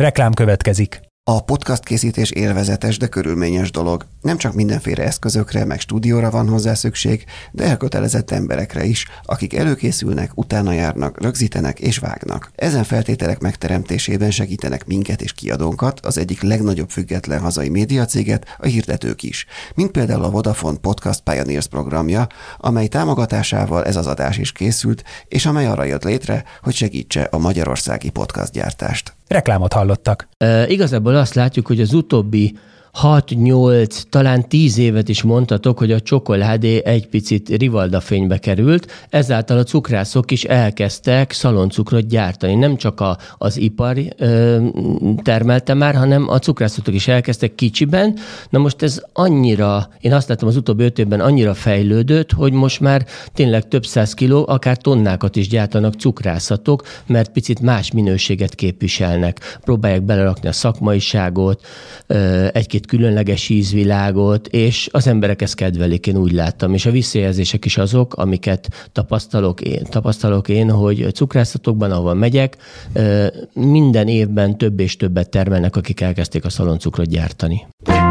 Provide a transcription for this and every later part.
Reklám következik. A podcast készítés élvezetes, de körülményes dolog. Nem csak mindenféle eszközökre, meg stúdióra van hozzá szükség, de elkötelezett emberekre is, akik előkészülnek, utána járnak, rögzítenek és vágnak. Ezen feltételek megteremtésében segítenek minket és kiadónkat, az egyik legnagyobb független hazai médiacéget, a hirdetők is, mint például a Vodafone Podcast Pioneers programja, amely támogatásával ez az adás is készült, és amely arra jött létre, hogy segítse a magyarországi podcastgyártást. Reklámot hallottak. Igazából azt látjuk, hogy az utóbbi 6-8, talán 10 évet is mondhatok, hogy a csokoládé egy picit rivaldafénybe került, ezáltal a cukrászok is elkezdtek szaloncukrot gyártani. Nem csak az ipar termelte már, hanem a cukrászok is elkezdtek kicsiben. Na most ez annyira, én azt látom az utóbbi 5 évben annyira fejlődött, hogy most már tényleg több 100 kiló, akár tonnákat is gyártanak cukrászatok, mert picit más minőséget képviselnek. Próbálják belerakni a szakmaiságot, egy-két különleges ízvilágot, és az emberek ezt kedvelik, én úgy láttam. És a visszajelzések is azok, amiket tapasztalok én, hogy cukrászatokban, ahol megyek, minden évben több és többet termelnek, akik elkezdték a szaloncukrot gyártani.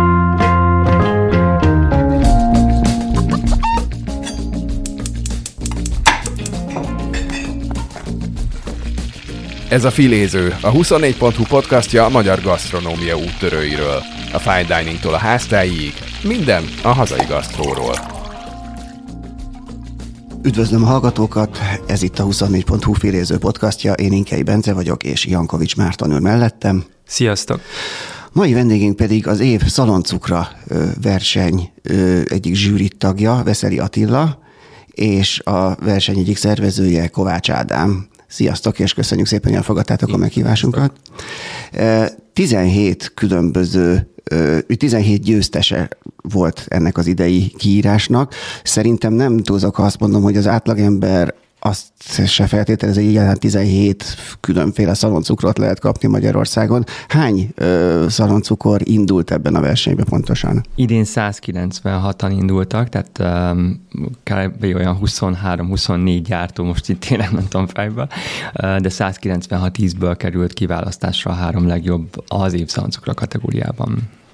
Ez a Filéző, a 24.hu podcastja a magyar gasztronómia úttörőiről. A fine diningtól a háztáig, minden a hazai gasztróról. Üdvözlöm a hallgatókat, ez itt a 24.hu Filéző podcastja, én Inkei Bence vagyok, és Jankovics Márton ül mellettem. Sziasztok! Mai vendégünk pedig az év szaloncukra verseny egyik zsűri tagja, Veszeli Attila, és a verseny egyik szervezője, Kovács Ádám. Sziasztok, és köszönjük szépen, hogy elfogadtátok a meghívásunkat. 17 győztese volt ennek az idei kiírásnak. Szerintem nem túlzok, ha azt mondom, hogy az átlagember azt se feltételezi, hogy egyáltalán 17 különféle szaloncukrot lehet kapni Magyarországon. Hány szaloncukor indult ebben a versenyben pontosan? Idén 196-an indultak, tehát kb. Olyan 23-24 gyártó, most itt tényleg nem tudom fejből, de 196 ízből került kiválasztásra a 3 legjobb az év szaloncukra kategóriában.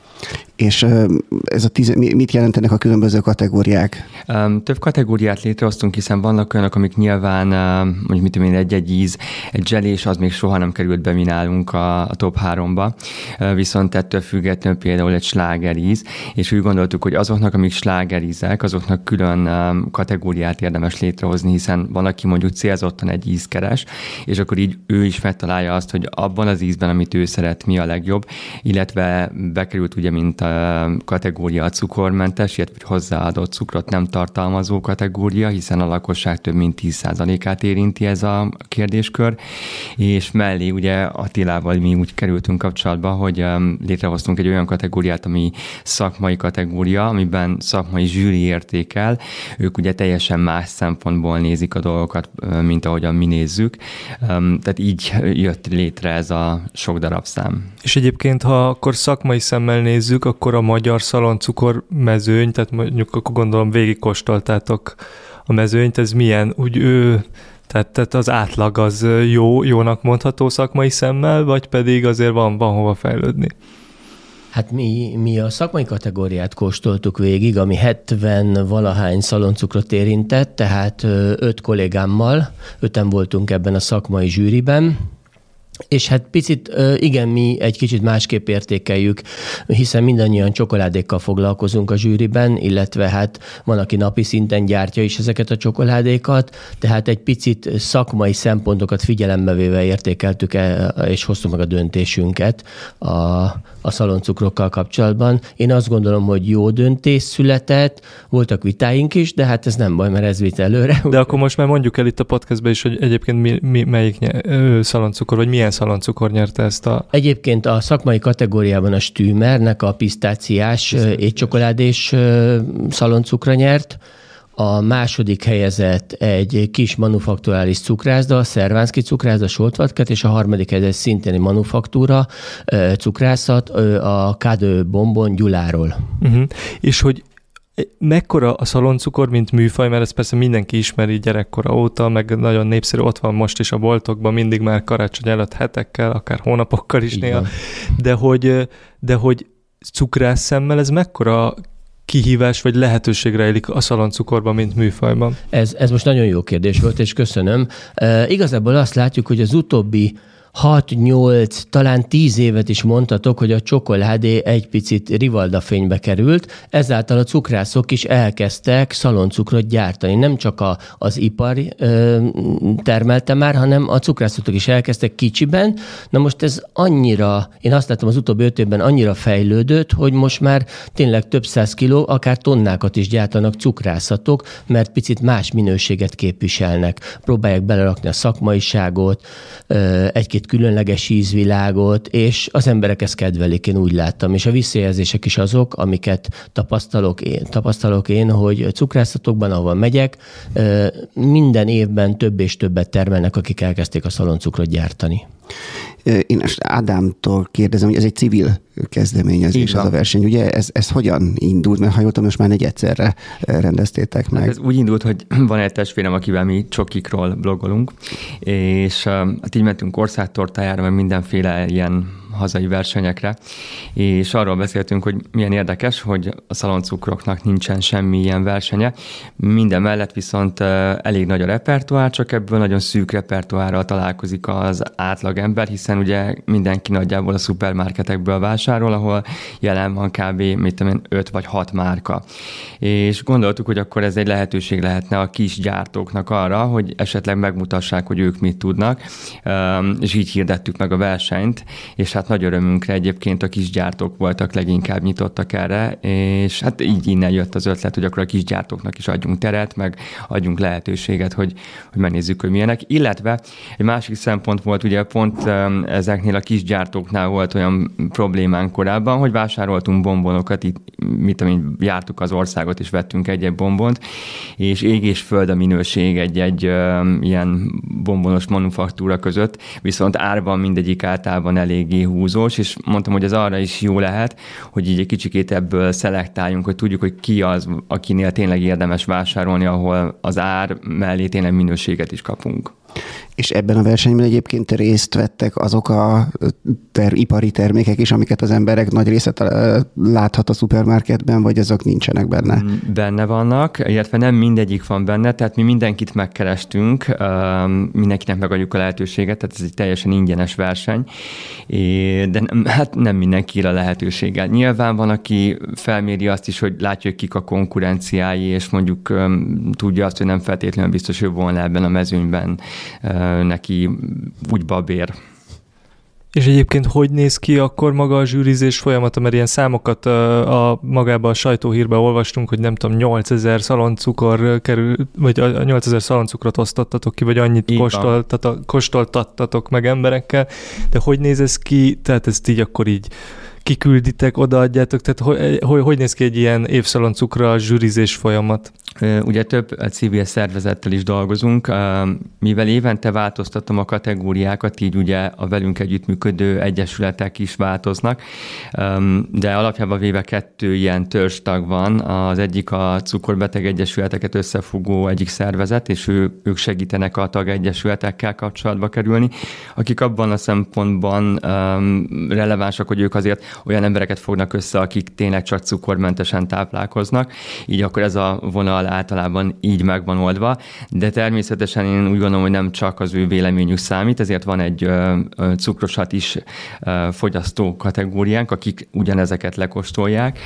És ez mit jelentenek a különböző kategóriák? Több kategóriát létrehoztunk, hiszen vannak olyanok, amik nyilván, mondjuk egy íz, egy zselés, az még soha nem került be mi nálunk a top 3-ba, viszont ettől függetlenül például egy slágeríz, és úgy gondoltuk, hogy azoknak, amik slágerízek, azoknak külön kategóriát érdemes létrehozni, hiszen van, aki mondjuk célzottan egy ízt keres, és akkor így ő is megtalálja azt, hogy abban az ízben, amit ő szeret, mi a legjobb, illetve bekerült ugye, mint kategória a cukormentes, illetve hozzáadott cukrot nem tartalmazó kategória, hiszen a lakosság több mint 10%-át érinti ez a kérdéskör, és mellé ugye Attilával mi úgy kerültünk kapcsolatba, hogy létrehoztunk egy olyan kategóriát, ami szakmai kategória, amiben szakmai zsűri értékel, ők ugye teljesen más szempontból nézik a dolgokat, mint ahogyan mi nézzük, tehát így jött létre ez a sok darabszám. És egyébként, ha akkor szakmai szemmel nézzük, akkor a magyar szaloncukor mezőny, tehát mondjuk akkor gondolom végigkóstoltátok a mezőnyt, ez milyen? Tehát az átlag az jónak mondható szakmai szemmel, vagy pedig azért van hova fejlődni? Hát mi a szakmai kategóriát kóstoltuk végig, ami 70-valahány szaloncukrot érintett, tehát 5 kollégámmal, 5-en voltunk ebben a szakmai zsűriben, és hát picit, igen, mi egy kicsit másképp értékeljük, hiszen mindannyian csokoládékkal foglalkozunk a zsűriben, illetve hát van, aki napi szinten gyártja is ezeket a csokoládékat, tehát egy picit szakmai szempontokat figyelembe véve értékeltük és hoztuk meg a döntésünket a szaloncukrokkal kapcsolatban. Én azt gondolom, hogy jó döntés született, voltak vitáink is, de hát ez nem baj, mert ez vitt előre. De akkor most már mondjuk el itt a podcastben is, hogy egyébként melyik szaloncukor, vagy milyen szaloncukor nyerte ezt a... Egyébként a szakmai kategóriában a Stümernek a pisztáciás étcsokoládés szaloncukra nyert, a második helyezett egy kis manufakturális cukrászda, a Szervánszky cukrászda, Soltvatket, és a harmadik helyezett szintén egy manufaktúra cukrászat, a Kádő Bombon Gyuláról. És hogy mekkora a szaloncukor, mint műfaj, mert ezt persze mindenki ismeri gyerekkora óta, meg nagyon népszerű, ott van most is a boltokban, mindig már karácsony előtt hetekkel, akár hónapokkal is néha, de hogy cukrásszemmel ez mekkora kihívás vagy lehetőség rejlik a szaloncukorban, mint műfajban? Ez most nagyon jó kérdés volt, és köszönöm. Igazából azt látjuk, hogy az utóbbi 6-8, talán 10 évet is mondhatok, hogy a csokoládé egy picit rivaldafénybe került, ezáltal a cukrászok is elkezdtek szaloncukrot gyártani. Nem csak az ipar termelte már, hanem a cukrászok is elkezdtek kicsiben. Na most ez annyira, én azt látom az utóbbi 5 évben annyira fejlődött, hogy most már tényleg több 100 kiló, akár tonnákat is gyártanak cukrászatok, mert picit más minőséget képviselnek. Próbálják belerakni a szakmaiságot, egy-két különleges ízvilágot, és az emberek ezt kedvelik, én úgy láttam. És a visszajelzések is azok, amiket tapasztalok én, hogy cukrászatokban, ahol megyek, minden évben több és többet termelnek, akik elkezdték a szaloncukrot gyártani. Én Ádámtól kérdezem, hogy ez egy civil kezdeményezés, az a verseny. Ugye ez hogyan indult? Mert ha jól tudom, most már egyszerre rendeztétek meg. Ez úgy indult, hogy van egy testvérem, akivel mi csokikról blogolunk, és hát így mentünk országtortájára, meg mindenféle ilyen hazai versenyekre, és arról beszéltünk, hogy milyen érdekes, hogy a szaloncukroknak nincsen semmi ilyen versenye. Minden mellett viszont elég nagy a repertoár, csak ebből nagyon szűk repertoárral találkozik az átlagember, hiszen ugye mindenki nagyjából a szupermarketekből vásárol, ahol jelen van kb. 5 vagy 6 márka. És gondoltuk, hogy akkor ez egy lehetőség lehetne a kis gyártóknak arra, hogy esetleg megmutassák, hogy ők mit tudnak, és így hirdettük meg a versenyt, és hát nagy örömünkre egyébként a kisgyártók voltak leginkább nyitottak erre, és hát így innen jött az ötlet, hogy akkor a kisgyártóknak is adjunk teret, meg adjunk lehetőséget, hogy megnézzük, hogy milyenek. Illetve egy másik szempont volt, ugye pont ezeknél a kisgyártóknál volt olyan problémánk korábban, hogy vásároltunk bombonokat, itt jártuk az országot, és vettünk egy-egy bombont, és ég és föld a minőség egy ilyen bombonos manufaktúra között, viszont árban mindegyik általában eléggé húzós, és mondtam, hogy ez arra is jó lehet, hogy így egy kicsikét ebből szelektáljunk, hogy tudjuk, hogy ki az, akinél tényleg érdemes vásárolni, ahol az ár mellé tényleg minőséget is kapunk. És ebben a versenyben egyébként részt vettek azok a ipari termékek is, amiket az emberek nagy része láthat a szupermarketben, vagy azok nincsenek benne? Benne vannak, illetve nem mindegyik van benne, tehát mi mindenkit megkerestünk, mindenkinek megadjuk a lehetőséget, tehát ez egy teljesen ingyenes verseny, de hát nem mindenki a lehetőséggel. Nyilván van, aki felméri azt is, hogy látja, hogy kik a konkurenciái, és mondjuk tudja azt, hogy nem feltétlenül biztos, hogy volna ebben a mezőnyben neki úgy babér. És egyébként hogy néz ki akkor maga a zsűrizés folyamata, mert ilyen számokat magában a sajtóhírben olvastunk, hogy nem tudom, 8000 szaloncukor kerül, vagy 8000 szaloncukrot osztottatok ki, vagy annyit kóstoltattatok meg emberekkel, de hogy néz ez ki? Tehát ezt így akkor így kikülditek, odaadjátok, tehát hogy néz ki egy ilyen évszaloncukra zsűrizés folyamat? Ugye több civil szervezettel is dolgozunk, mivel évente változtatom a kategóriákat, így ugye a velünk együttműködő egyesületek is változnak, de alapjában véve 2 ilyen törzstag van, az egyik a cukorbeteg egyesületeket összefogó egyik szervezet, és ők segítenek a tagegyesületekkel kapcsolatba kerülni, akik abban a szempontban relevánsak, hogy ők azért olyan embereket fognak össze, akik tényleg csak cukormentesen táplálkoznak, így akkor ez a vonal általában így meg van oldva, de természetesen én úgy gondolom, hogy nem csak az ő véleményük számít, ezért van egy cukrosat is fogyasztó kategóriánk, akik ugyanezeket lekóstolják,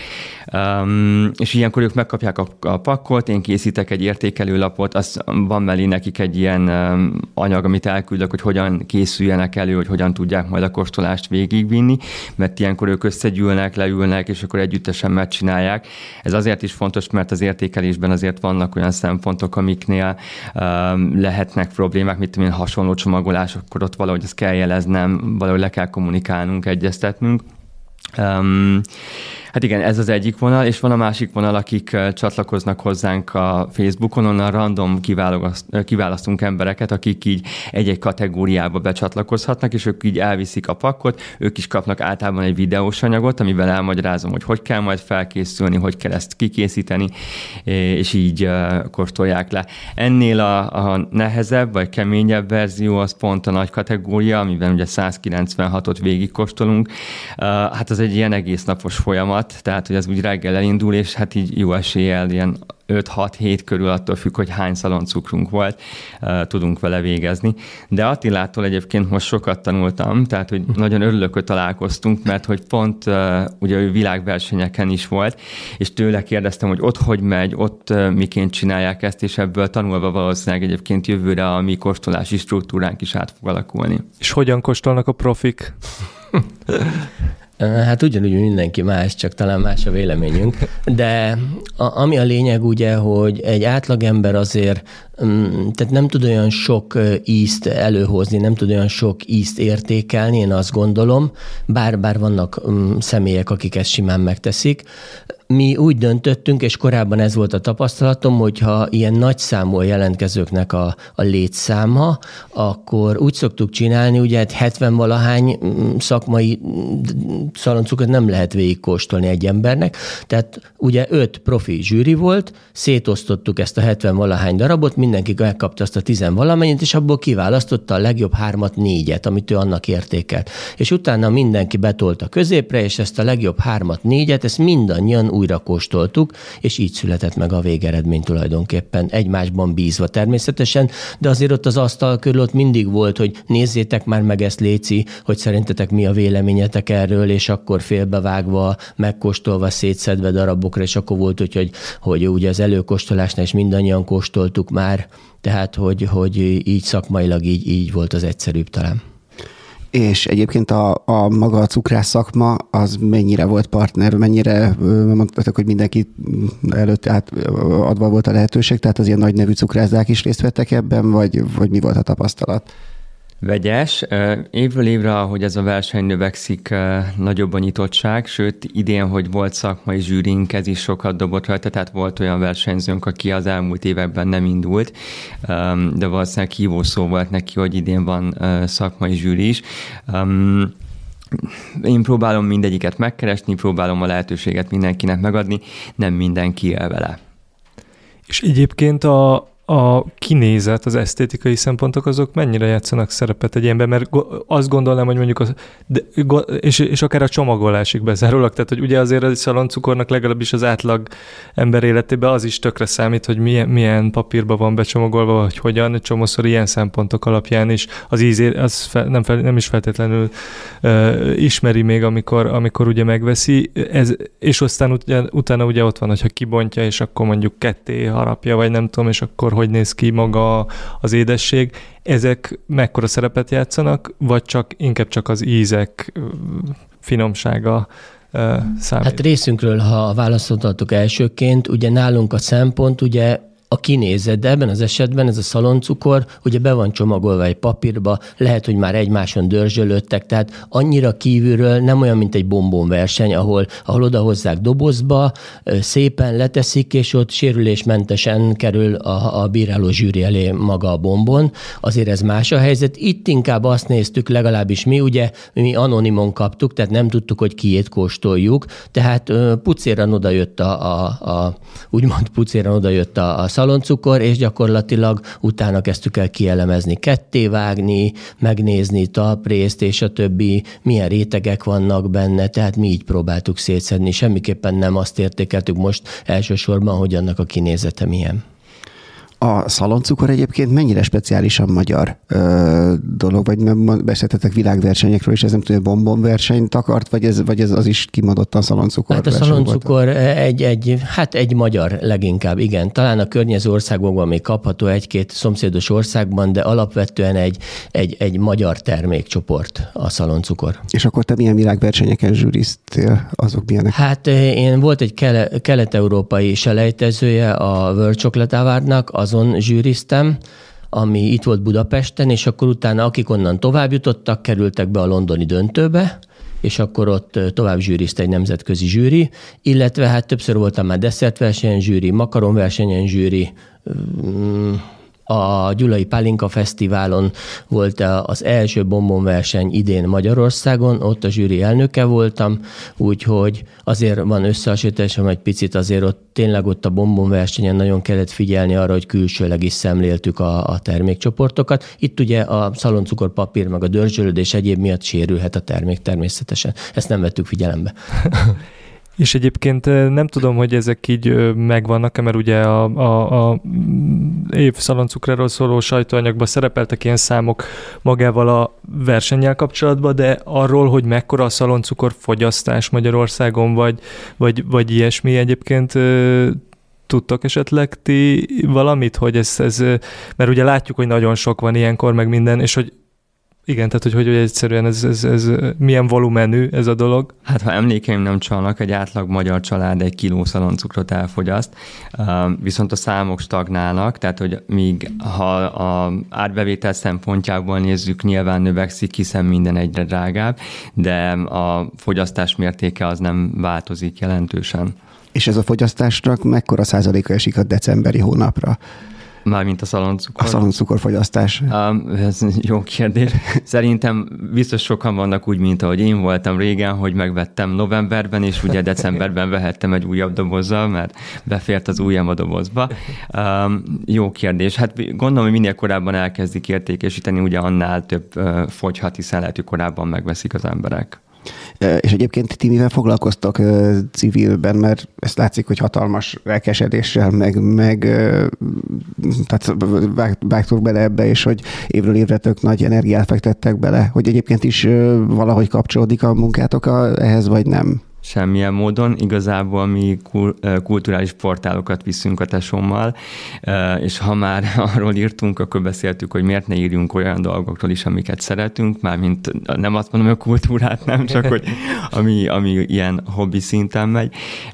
és ilyenkor ők megkapják a pakkot, én készítek egy értékelőlapot, az van mellé nekik egy ilyen anyag, amit elküldök, hogy hogyan készüljenek elő, hogy hogyan tudják majd a kóstolást végigvinni, mert ilyenkor ők összegyűlnek, leülnek, és akkor együttesen megcsinálják. Ez azért is fontos, mert az értékelésben azért vannak olyan szempontok, amiknél lehetnek problémák, mit tudom én, hasonló csomagolás, akkor ott valahogy ezt kell jeleznem, valahogy le kell kommunikálnunk, egyeztetnünk. Hát igen, ez az egyik vonal, és van a másik vonal, akik csatlakoznak hozzánk a Facebookon, onnan random kiválasztunk embereket, akik így egy-egy kategóriába becsatlakozhatnak, és ők így elviszik a pakkot, ők is kapnak általában egy videós anyagot, amivel elmagyarázom, hogy kell majd felkészülni, hogy kell ezt kikészíteni, és így kóstolják le. Ennél a nehezebb vagy keményebb verzió az pont a nagy kategória, amiben ugye 196-ot végigkóstolunk. Hát az egy ilyen egész napos folyamat, tehát hogy ez úgy reggel elindul, és hát így jó eséllyel ilyen 5-6-7 körül attól függ, hogy hány szaloncukrunk volt, tudunk vele végezni. De Attilától egyébként most sokat tanultam, tehát hogy nagyon örülök, hogy találkoztunk, mert hogy pont ugye ő világversenyeken is volt, és tőle kérdeztem, hogy ott hogy megy, ott miként csinálják ezt, és ebből tanulva valószínűleg egyébként jövőre a mi kóstolási struktúránk is át fog alakulni. És hogyan kóstolnak a profik? Hát ugyanúgy mindenki más, csak talán más a véleményünk. De ami a lényeg ugye, hogy egy átlagember azért tehát nem tud olyan sok ízt előhozni, nem tud olyan sok ízt értékelni, én azt gondolom, bár vannak személyek, akik ezt simán megteszik. Mi úgy döntöttünk, és korábban ez volt a tapasztalatom, hogyha ilyen nagy számú a jelentkezőknek a létszáma, akkor úgy szoktuk csinálni, ugye 70-valahány szakmai szaloncukrot nem lehet végigkóstolni egy embernek, tehát ugye 5 profi zsűri volt, szétosztottuk ezt a 70-valahány darabot, mindenki megkapta azt a 10-valamennyit, és abból kiválasztotta a legjobb 3-at, 4-et, amit ő annak értékelt. És utána mindenki betolt a középre, és ezt a legjobb 3-at, 4-et, ezt mindannyian újra kóstoltuk, és így született meg a végeredmény tulajdonképpen, egymásban bízva természetesen, de azért ott az asztal körül ott mindig volt, hogy nézzétek már meg ezt, léci, hogy szerintetek mi a véleményetek erről, és akkor félbevágva, megkóstolva, szétszedve darabokra, és akkor volt, hogy ugye az előkóstolásnál is mindannyian kóstoltuk már, tehát hogy így szakmailag így volt az egyszerűbb talán. És egyébként a maga a cukrász szakma, az mennyire volt partner, mennyire mondtátok, hogy mindenki előtt adva volt a lehetőség, tehát az ilyen nagy nevű cukrászdák is részt vettek ebben, vagy mi volt a tapasztalat? Vegyes. Évről évre, ahogy ez a verseny növekszik, nagyobb a nyitottság, sőt idén, hogy volt szakmai zsűrink, ez is sokat dobott rajta, tehát volt olyan versenyzőnk, aki az elmúlt években nem indult, de valószínűleg hívó szó volt neki, hogy idén van szakmai zsűri is. Én próbálom mindegyiket megkeresni, próbálom a lehetőséget mindenkinek megadni, nem mindenki él vele. És egyébként a kinézet, az esztétikai szempontok, azok mennyire játszanak szerepet egy ilyenben, mert azt gondolnám, hogy mondjuk és akár a csomagolásig bezárólag, tehát hogy ugye azért a szaloncukornak legalábbis az átlag ember életében az is tökre számít, hogy milyen papírba van becsomagolva, vagy hogyan, csomószor ilyen szempontok alapján is az ízét, az nem is feltétlenül ismeri még, amikor ugye megveszi, és aztán utána ugye ott van, hogyha kibontja, és akkor mondjuk ketté harapja, vagy nem tudom, és akkor hogy néz ki maga az édesség. Ezek mekkora szerepet játszanak, vagy inkább csak az ízek finomsága számít? Hát részünkről, ha választottuk elsőként, ugye nálunk a szempont, ugye a kinézet, de ebben az esetben ez a szaloncukor ugye be van csomagolva egy papírba, lehet, hogy már egymáson dörzsölődtek, tehát annyira kívülről nem olyan, mint egy bombonverseny, ahol odahozzák dobozba, szépen leteszik, és ott sérülésmentesen kerül a bíráló zsűri elé maga a bombon. Azért ez más a helyzet. Itt inkább azt néztük, legalábbis mi anonimon kaptuk, tehát nem tudtuk, hogy kiét kóstoljuk, tehát pucéran odajött úgymond pucéran odajött a szaloncukor, és gyakorlatilag utána kezdtük el kielemezni, kettévágni, megnézni talprészt, és a többi, milyen rétegek vannak benne, tehát mi így próbáltuk szétszedni. Semmiképpen nem azt értékeltük most elsősorban, hogy annak a kinézete milyen. A szaloncukor egyébként mennyire speciálisan magyar dolog, vagy beszéltetek világversenyekről, és ez nem tudom, bombonversenyt akart, vagy ez az is kimondottan szaloncukor? Hát a szaloncukor egy magyar leginkább, igen. Talán a környező országokban még kapható egy-két szomszédos országban, de alapvetően egy magyar termékcsoport a szaloncukor. És akkor te milyen világversenyeken zsűriztél? Azok milyenek? Hát én volt egy kelet-európai selejtezője a World Chocolate Awardnak, azon zsűriztem, ami itt volt Budapesten, és akkor utána akik onnan tovább jutottak, kerültek be a londoni döntőbe, és akkor ott tovább zsűrizte egy nemzetközi zsűri, illetve hát többször voltam már desszertversenyen zsűri, makaronversenyen zsűri, a Gyulai Pálinka Fesztiválon volt az első bombonverseny idén Magyarországon, ott a zsűri elnöke voltam, úgyhogy azért van összehasonlításom egy picit, azért tényleg ott a bombonversenyen nagyon kellett figyelni arra, hogy külsőleg is szemléltük a termékcsoportokat. Itt ugye a szaloncukorpapír meg a dörzsölődés egyéb miatt sérülhet a termék természetesen. Ezt nem vettük figyelembe. És egyébként nem tudom, hogy ezek így megvannak-e, mert ugye a év szaloncukráról szóló sajtóanyagban szerepeltek ilyen számok magával a versennyel kapcsolatban, de arról, hogy mekkora a szaloncukor fogyasztás Magyarországon, vagy ilyesmi egyébként tudtok esetleg ti valamit, hogy ez, mert ugye látjuk, hogy nagyon sok van ilyenkor, meg minden, és hogy igen, tehát hogy egyszerűen ez milyen volumenű ez a dolog? Hát ha emlékeim nem csalnak, egy átlag magyar család 1 kiló szaloncukrot elfogyaszt, viszont a számok stagnálnak, tehát hogy míg ha a árbevétel szempontjából nézzük, nyilván növekszik, hiszen minden egyre drágább, de a fogyasztás mértéke az nem változik jelentősen. És ez a fogyasztásnak mekkora százaléka esik a decemberi hónapra? Mármint a szaloncukor? A szaloncukorfogyasztás. Ez jó kérdés. Szerintem biztos sokan vannak úgy, mint ahogy én voltam régen, hogy megvettem novemberben, és ugye decemberben vehettem egy újabb dobozzal, mert befért az ujjam a dobozba. Jó kérdés. Hát gondolom, hogy minél korábban elkezdik értékesíteni, ugye annál több fogyhat, hiszen lehet, hogy korábban megveszik az emberek. És egyébként ti mivel foglalkoztok civilben, mert ezt látszik, hogy hatalmas lelkesedéssel, tehát vágtok bele ebbe, és hogy évről évre tök nagy energiát fektettek bele, hogy egyébként is valahogy kapcsolódik a munkátok ehhez, vagy nem? Semmilyen módon. Igazából mi kulturális portálokat viszünk a tesómmal, és ha már arról írtunk, akkor beszéltük, hogy miért ne írjunk olyan dolgokról is, amiket szeretünk, mármint nem azt mondom, hogy a kultúrát nem, csak hogy ami ilyen hobbi szinten megy.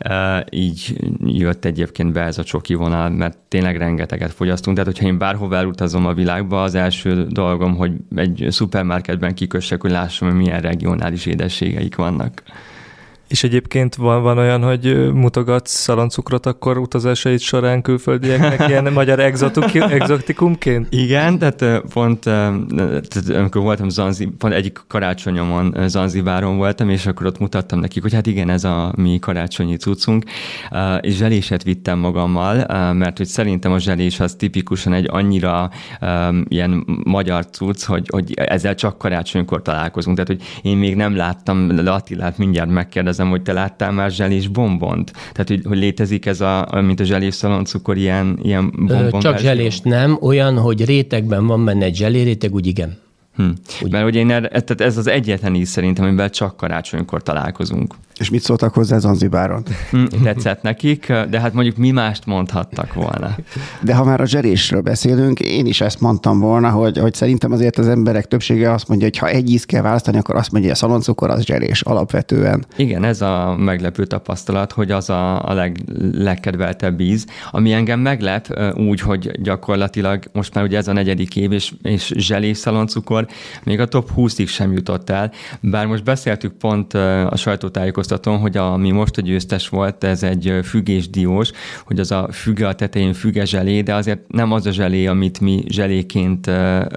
Így jött egyébként be ez a csoki vonal, mert tényleg rengeteget fogyasztunk. Tehát, hogyha én bárhova elutazom a világba, az első dolgom, hogy egy szupermarketben kikössek, hogy lássam, hogy milyen regionális édességeik vannak. És egyébként van olyan, hogy mutogatsz szaloncukrot akkor utazásaid során külföldieknek ilyen magyar exotikumként? Igen, tehát pont amikor voltam pont egyik karácsonyomon Zanzibáron voltam, és akkor ott mutattam nekik, hogy hát igen, ez a mi karácsonyi cuccunk, és zseléset vittem magammal, mert hogy szerintem a zselés az tipikusan egy annyira ilyen magyar cucc, hogy ezzel csak karácsonykor találkozunk. Tehát, hogy én még nem láttam, Attilát mindjárt megkérdezem, hogy te láttál már zselés bombont? Tehát, hogy létezik ez mint a zselés szaloncukor, ilyen bombon? Csak zselést nem, olyan, hogy rétegben van benne egy zseléréteg, úgy igen. Mert hogy tehát ez az egyetlen íz szerintem, amiben csak karácsonykor találkozunk. És mit szóltak hozzá Zanzibáron? Tetszett nekik, de hát mondjuk mi mást mondhattak volna. De ha már a zselésről beszélünk, én is ezt mondtam volna, hogy szerintem azért az emberek többsége azt mondja, hogy ha egy íz kell választani, akkor azt mondja, hogy a szaloncukor az zselés alapvetően. Igen, ez a meglepő tapasztalat, hogy az a legkedveltebb íz, ami engem meglep úgy, hogy gyakorlatilag most már ugye ez a 4. év, és zselés szaloncukor még a top 20-ig sem jutott el, bár most beszéltük pont a sajtótájékoztatón, hogy ami most a győztes volt, ez egy fügésdiós, hogy az a füge a tetején füge zselé, de azért nem az a zselé, amit mi zseléként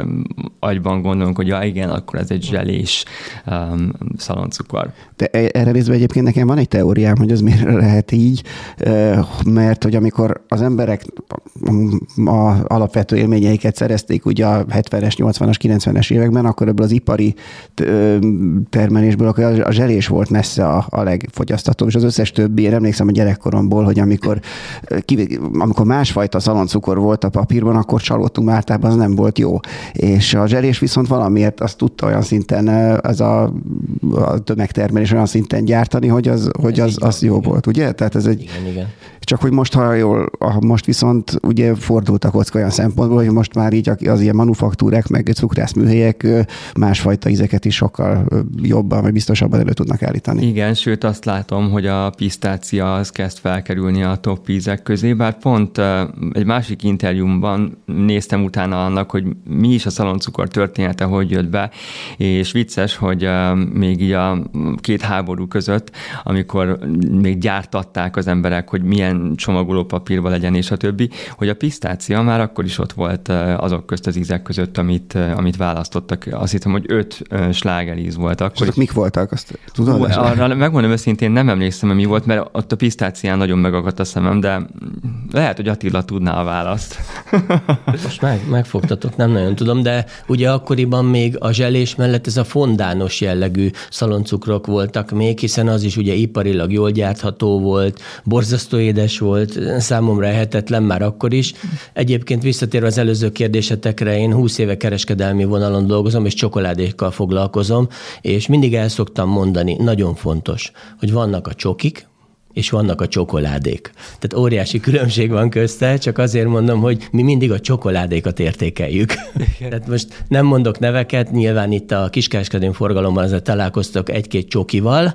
agyban gondolunk, hogy ja igen, akkor ez egy zselés szaloncukor. De erre nézve egyébként nekem van egy teóriám, hogy az miért lehet így, mert hogy amikor az emberek a alapvető élményeiket szerezték ugye a 70-es, 80-as, 90-es években, akkor ebből az ipari termelésből akkor a zselés volt messze a legfogyasztatóbb, és az összes többi, én emlékszem a gyerekkoromból, hogy amikor másfajta szaloncukor volt a papírban, akkor csalódtunk, általában az nem volt jó. És a zselés viszont valamiért azt tudta olyan szinten, az a tömegtermelés olyan szinten gyártani, hogy az jó volt, ugye? Tehát ez egy... Igen. Csak hogy most viszont ugye fordult a kocka olyan szempontból, hogy most már így az ilyen manufaktúrák, meg cukrászműhelyek másfajta ízeket is sokkal jobban, vagy biztosabban elő tudnak állítani. Igen, sőt azt látom, hogy a pisztácia az kezd felkerülni a top ízek közé, bár pont egy másik interjúmban néztem utána annak, hogy mi is a szaloncukor története, hogy jött be, és vicces, hogy még így a két háború között, amikor még gyártatták az emberek, hogy milyen csomagolópapírba legyen, és a többi, hogy a pisztácia már akkor is ott volt azok közt az ízek között, amit választottak. Azt hiszem, hogy 5 slágeríz volt akkor. És azok mik voltak? Azt tudod? Arra megmondom őszintén, nem emlékszem, hogy mi volt, mert ott a pisztácián nagyon megakadt a szemem, de lehet, hogy Attila tudná a választ. Most megfogtatok, nem nagyon tudom, de ugye akkoriban még a zselés mellett ez a fondános jellegű szaloncukrok voltak még, hiszen az is ugye iparilag jól gyártható volt, borzasztó édes volt, számomra ehetetlen már akkor is. Egyébként visszatérve az előző kérdésetekre, én 20 éve kereskedelmi vonalon dolgozom, és csokoládékkal foglalkozom, és mindig el szoktam mondani, nagyon fontos, hogy vannak a csokik, és vannak a csokoládék. Tehát óriási különbség van közte, csak azért mondom, hogy mi mindig a csokoládékat értékeljük. Tehát most nem mondok neveket, nyilván itt a kiskereskedelmi forgalomban azért találkoztak egy-két csokival,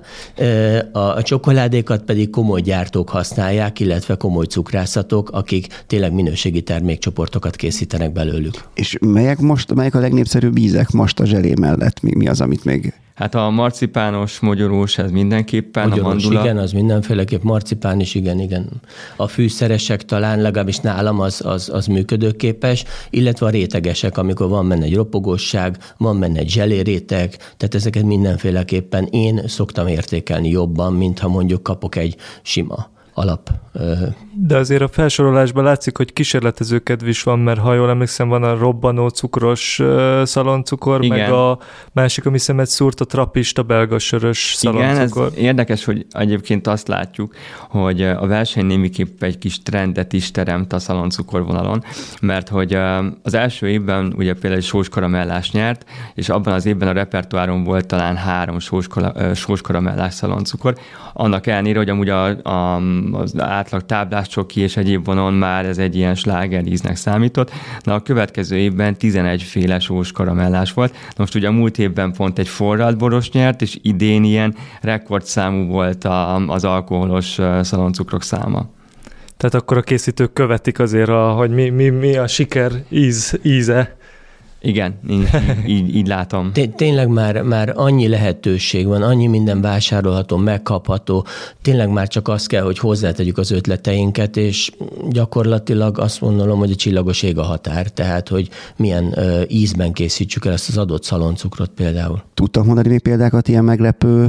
a csokoládékat pedig komoly gyártók használják, illetve komoly cukrászatok, akik tényleg minőségi termékcsoportokat készítenek belőlük. És melyek a legnépszerűbb ízek most a zselé mellett? Mi az, amit még... Hát a marcipános, mogyorós, ez mindenképpen, mogyorós, a mandula. Igen, az mindenféleképp, marcipán is, igen. A fűszeresek talán, legalábbis nálam az működőképes, illetve a rétegesek, amikor van benne egy ropogósság, van benne egy zseléréteg, tehát ezeket mindenféleképpen én szoktam értékelni jobban, mint ha mondjuk kapok egy sima alap. De azért a felsorolásban látszik, hogy kísérletező kedv is van, mert ha jól emlékszem, van a robbanó cukros szaloncukor, igen. Meg a másik, ami szemet szúrt, a trappista belga sörös szaloncukor. Igen, ez érdekes, hogy egyébként azt látjuk, hogy a verseny némiképp egy kis trendet is teremt a szaloncukor vonalon, mert hogy az első évben ugye például egy sóskaramellás nyert, és abban az évben a repertoáron volt talán 3 sóskaramellás szaloncukor. Annak ellenére, hogy amúgy az átlag táblás csoki és egyéb vonon már ez egy ilyen slágeríznek számított. Na a következő évben 11 féle sós karamellás volt. Na most ugye a múlt évben pont egy forralt boros nyert, és idén ilyen rekordszámú volt az alkoholos szaloncukrok száma. Tehát akkor a készítők követik azért, hogy mi a siker íze. Igen, így látom. Tényleg már annyi lehetőség van, annyi minden vásárolható, megkapható, tényleg már csak az kell, hogy hozzátegyük az ötleteinket, és gyakorlatilag azt mondom, hogy a csillagos ég a határ, tehát, hogy milyen ízben készítsük el ezt az adott szaloncukrot például. Tudtak mondani még példákat ilyen meglepő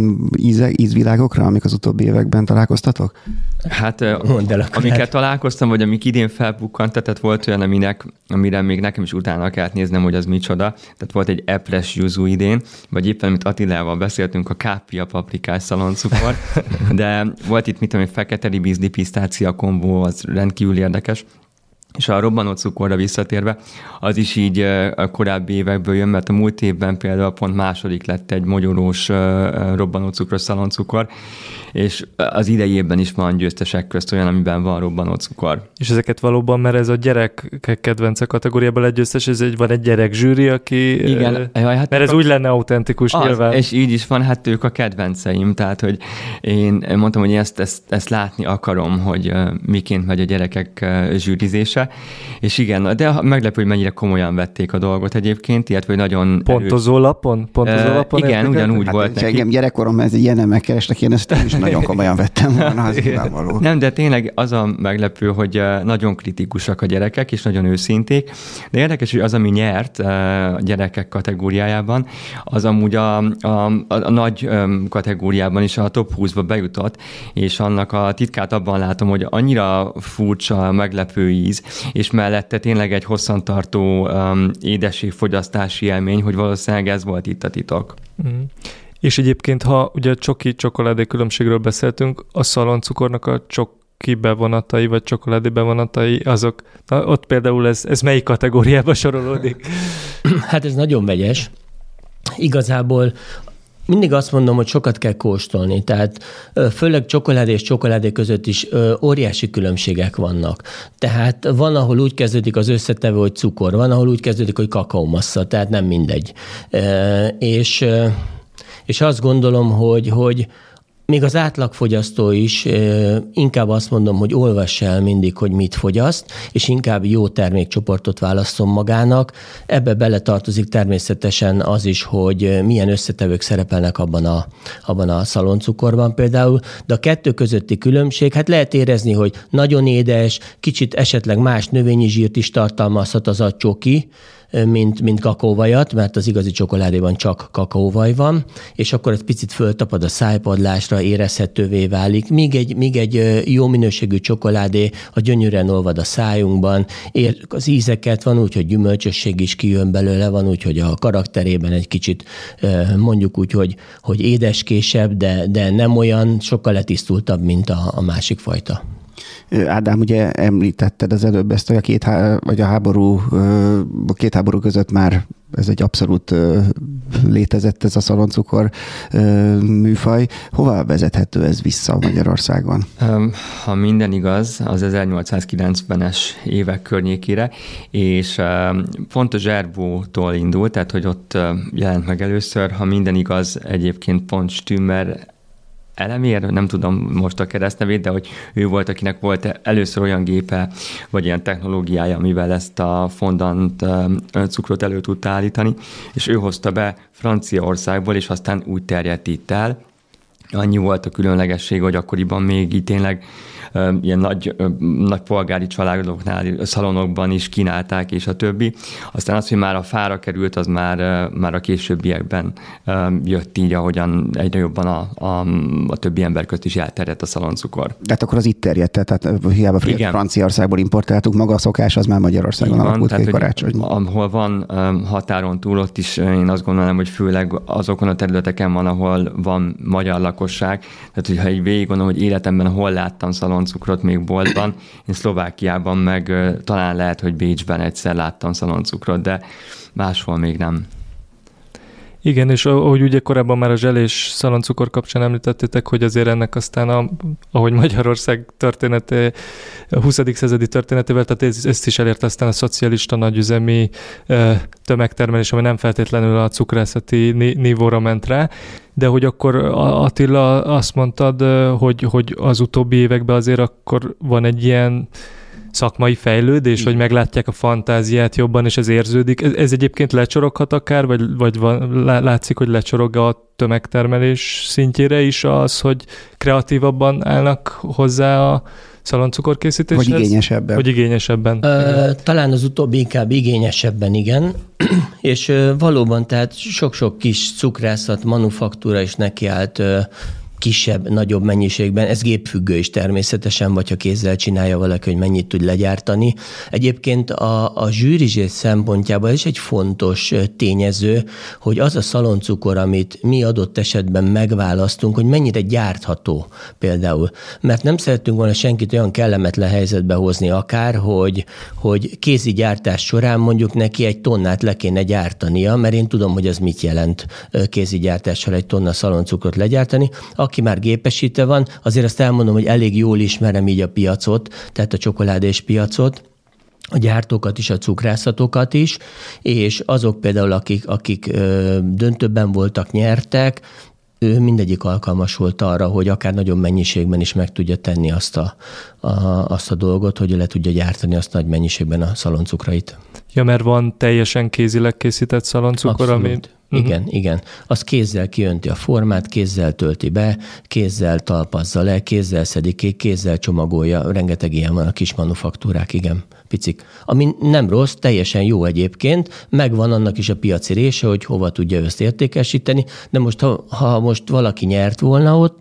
ízvilágokra, amik az utóbbi években találkoztatok? Hát amiket találkoztam, vagy amik idén felbukkant, tehát volt olyan, amire még nekem is utána kellett néznem, hogy az micsoda. Tehát volt egy epres yuzu idén, vagy éppen, amit Attilával beszéltünk, a kápia paprikás szaloncukor, de volt itt, mit tudom, egy fekete ribizli pisztácia kombó, az rendkívül érdekes. És a robbanó cukorra visszatérve, az is így a korábbi évekből jön, mert a múlt évben például pont második lett egy mogyorós robbanó cukros szaloncukor, és az idei évben is van győztesek közt olyan, amiben van robbanó cukor. És ezeket valóban, mert ez a gyerekek kedvence kategóriában lett győztes, van egy gyerek zsűri, aki... Igen. Hát mert ez úgy lenne autentikus nyilván. És így is van, hát ők a kedvenceim, tehát hogy én mondtam, hogy ezt látni akarom, hogy miként megy a gyerekek zsűrizése, és igen, de meglepő, hogy mennyire komolyan vették a dolgot egyébként, illetve hogy nagyon... Pontozó lapon? Igen, ugyanúgy volt neki. Engem gyerekkoromban ez ilyen nem megkerestek, én ezt is nagyon komolyan vettem volna, az nyilvánvaló. Nem, de tényleg az a meglepő, hogy nagyon kritikusak a gyerekek, és nagyon őszinték, de érdekes, hogy az, ami nyert a gyerekek kategóriájában, az amúgy a nagy kategóriában is a top 20-ba bejutott, és annak a titkát abban látom, hogy annyira furcsa, meglepő íz, és mellette tényleg egy hosszantartó édességfogyasztási élmény, hogy valószínűleg ez volt itt a titok. Mm. És egyébként, ha ugye a csokoládé különbségről beszéltünk, a szaloncukornak a csoki bevonatai, vagy csokoládé bevonatai, azok, ott például ez melyik kategóriába sorolódik? Hát ez nagyon vegyes. Igazából Mindig azt mondom, hogy sokat kell kóstolni, tehát főleg csokoládé és csokoládé között is óriási különbségek vannak. Tehát van, ahol úgy kezdődik az összetevő, hogy cukor, van, ahol úgy kezdődik, hogy kakaómassza, tehát nem mindegy. És azt gondolom, hogy még az átlagfogyasztó is inkább azt mondom, hogy olvass el mindig, hogy mit fogyaszt, és inkább jó termékcsoportot válasszon magának. Ebbe beletartozik természetesen az is, hogy milyen összetevők szerepelnek abban a szaloncukorban például, de a kettő közötti különbség, hát lehet érezni, hogy nagyon édes, kicsit esetleg más növényi zsírt is tartalmazhat az a csoki, mint kakaóvajat, mert az igazi csokoládéban csak kakaóvaj van, és akkor egy picit föltapad a szájpadlásra, érezhetővé válik, míg egy jó minőségű csokoládé a gyönyörűen olvad a szájunkban, érjük az ízeket, van úgy, hogy gyümölcsösség is kijön belőle, van úgy, hogy a karakterében egy kicsit mondjuk úgy, hogy édeskésebb, de nem olyan, sokkal letisztultabb, mint a másik fajta. Ádám, ugye említetted az előbb ezt, hogy a két háború között már ez egy abszolút létezett, ez a szaloncukor műfaj. Hova vezethető ez vissza Magyarországon? Ha minden igaz, az 1890-es évek környékére, és pont a Zserbótól indult, tehát hogy ott jelent meg először, ha minden igaz, egyébként pont Stümmer Elemér, nem tudom most a keresztnevét, de hogy ő volt, akinek volt először olyan gépe, vagy ilyen technológiája, amivel ezt a fondant cukrot elő tudta állítani, és ő hozta be Franciaországból, és aztán úgy terjedt itt el. Annyi volt a különlegesség, hogy akkoriban még így tényleg ilyen nagy polgári családoknál, szalonokban is kínálták, és a többi. Aztán az, hogy már a fára került, az már a későbbiekben jött így, ahogyan egyre jobban a többi ember közt is elterjedt a szaloncukor. De hát akkor az itt terjedt, tehát hiába Franciaországból importáltuk, maga a szokás, az már Magyarországon alakult ki karácsony. Ahol van határon túl, ott is én azt gondolom, hogy főleg azokon a területeken van, ahol van magyar lakosság. Tehát, hogyha így végig gondolom, hogy életemben hol láttam szaloncukrot még boltban, én Szlovákiában meg talán lehet, hogy Bécsben egyszer láttam szaloncukrot, de máshol még nem. Igen, és ahogy ugye korábban már a zselés szaloncukor kapcsán említettétek, hogy azért ennek aztán, ahogy Magyarország története, a 20. századi történetével, tehát ezt is elért aztán a szocialista nagyüzemi tömegtermelés, ami nem feltétlenül a cukrászati nívóra ment rá, de hogy akkor Attila azt mondtad, hogy az utóbbi években azért akkor van egy ilyen szakmai fejlődés, hogy meglátják a fantáziát jobban, és ez érződik. Ez egyébként lecsoroghat akár, vagy látszik, hogy lecsorog a tömegtermelés szintjére is az, hogy kreatívabban állnak hozzá a szaloncukorkészítéshez? Vagy igényesebben. Talán az utóbbi inkább igényesebben, igen. És valóban, tehát sok-sok kis cukrászat, manufaktúra is nekiállt kisebb, nagyobb mennyiségben. Ez gépfüggő is természetesen, vagy ha kézzel csinálja valaki, hogy mennyit tud legyártani. Egyébként a zsűrizés szempontjából is egy fontos tényező, hogy az a szaloncukor, amit mi adott esetben megválasztunk, hogy mennyire gyártható például. Mert nem szerettünk volna senkit olyan kellemetlen helyzetbe hozni akár, hogy kézi gyártás során mondjuk neki 1 tonnát le kéne gyártania, mert én tudom, hogy az mit jelent kézi gyártással 1 tonna szaloncukrot legyártani. Aki már gépesítve van, azért azt elmondom, hogy elég jól ismerem így a piacot, tehát a csokoládés piacot, a gyártókat is, a cukrászatokat is, és azok például, akik döntőben voltak, nyertek, ő mindegyik alkalmas volt arra, hogy akár nagyobb mennyiségben is meg tudja tenni azt a dolgot, hogy le tudja gyártani azt nagy mennyiségben a szaloncukrait. Ja, mert van teljesen kézileg készített szaloncukor, amit... Igen. Az kézzel kiönti a formát, kézzel tölti be, kézzel talpazza le, kézzel szedik ki, kézzel csomagolja. Rengeteg ilyen van a kis manufaktúrák, igen, picik. Ami nem rossz, teljesen jó egyébként, megvan annak is a piaci része, hogy hova tudja ezt értékesíteni, de most, ha most valaki nyert volna ott,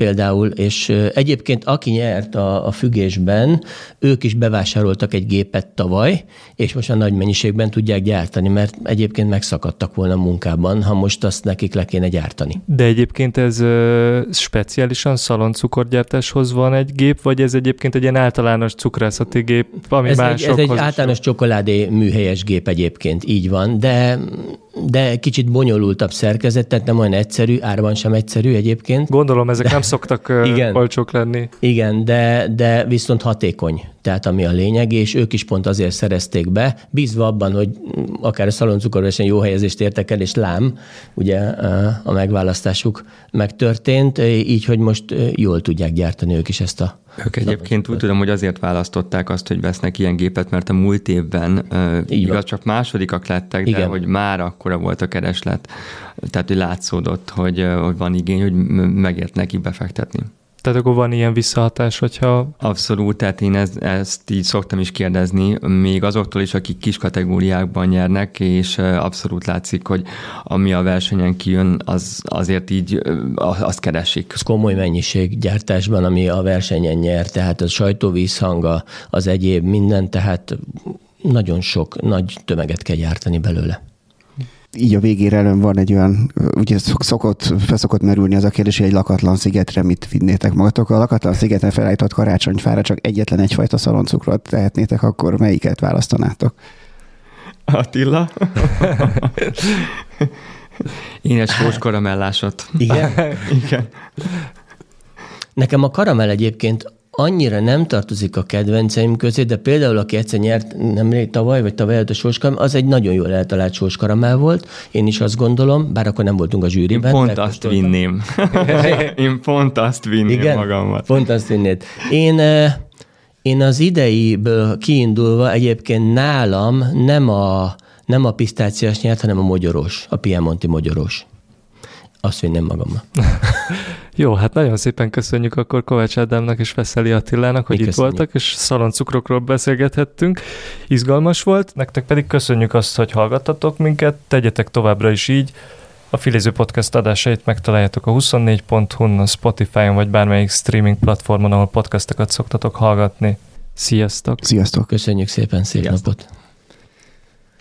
például, és egyébként aki nyert a függésben, ők is bevásároltak egy gépet tavaly, és most a nagy mennyiségben tudják gyártani, mert egyébként megszakadtak volna a munkában, ha most azt nekik le kéne gyártani. De egyébként ez speciálisan szaloncukorgyártáshoz van egy gép, vagy ez egyébként egy ilyen általános cukrászati gép, ami ez másokhoz egy általános csokoládé műhelyes gép egyébként, így van, de kicsit bonyolultabb szerkezet, tehát nem olyan egyszerű, árban sem egyszerű egyébként. Gondolom, ezek nem szoktak olcsók lenni. Igen, de viszont hatékony, tehát ami a lényeg, és ők is pont azért szerezték be, bízva abban, hogy akár a szaloncukorverseny jó helyezést értek el, és lám, ugye a megválasztásuk megtörtént, így, hogy most jól tudják gyártani ők is ezt a... Ők egyébként úgy tudom, hogy azért választották azt, hogy vesznek ilyen gépet, mert a múlt évben igaz, csak másodikak lettek, de hogy már akkora volt a kereslet. Tehát, hogy látszódott, hogy van igény, hogy megért neki befektetni. Tehát akkor van ilyen visszahatás, hogyha... Abszolút, tehát én ezt így szoktam is kérdezni, még azoktól is, akik kis kategóriákban nyernek, és abszolút látszik, hogy ami a versenyen kijön, azért így azt keresik. Ez komoly mennyiség gyártásban, ami a versenyen nyer, tehát a sajtóvízhang, az egyéb minden, tehát nagyon sok nagy tömeget kell gyártani belőle. Így a végére előn van egy olyan, ugye szokott merülni az a kérdés, hogy egy lakatlan szigetre mit vinnétek magatok. A lakatlan szigeten felállított karácsonyfára csak egyetlen egyfajta szaloncukrot tehetnétek, akkor melyiket választanátok? Attila? Én egy sós karamellásot. Igen? Igen. Nekem a karamell egyébként annyira nem tartozik a kedvenceim közé, de például aki egyszer nyert nemrég tavaly előtt a sóskaramell, az egy nagyon jól eltalált sóskaramell volt. Én is azt gondolom, bár akkor nem voltunk a zsűriben. Én pont azt vinném. Én pont azt vinném. Igen? Magammal. Pont azt vinnéd. Én az ideiből kiindulva egyébként nálam nem a pisztáciás nyert, hanem a mogyorós, a piemonti mogyorós. Azt vinném magammal. Jó, hát nagyon szépen köszönjük akkor Kovács Ádámnak és Veszeli Attilának, hogy itt voltak, és szaloncukrokról beszélgethettünk. Izgalmas volt, nektek pedig köszönjük azt, hogy hallgattatok minket, tegyetek továbbra is így. A Filéző Podcast adásait megtaláljátok a 24.hu-n, a Spotify-on, vagy bármelyik streaming platformon, ahol podcastokat szoktatok hallgatni. Sziasztok! Sziasztok! Köszönjük szépen, szép napot!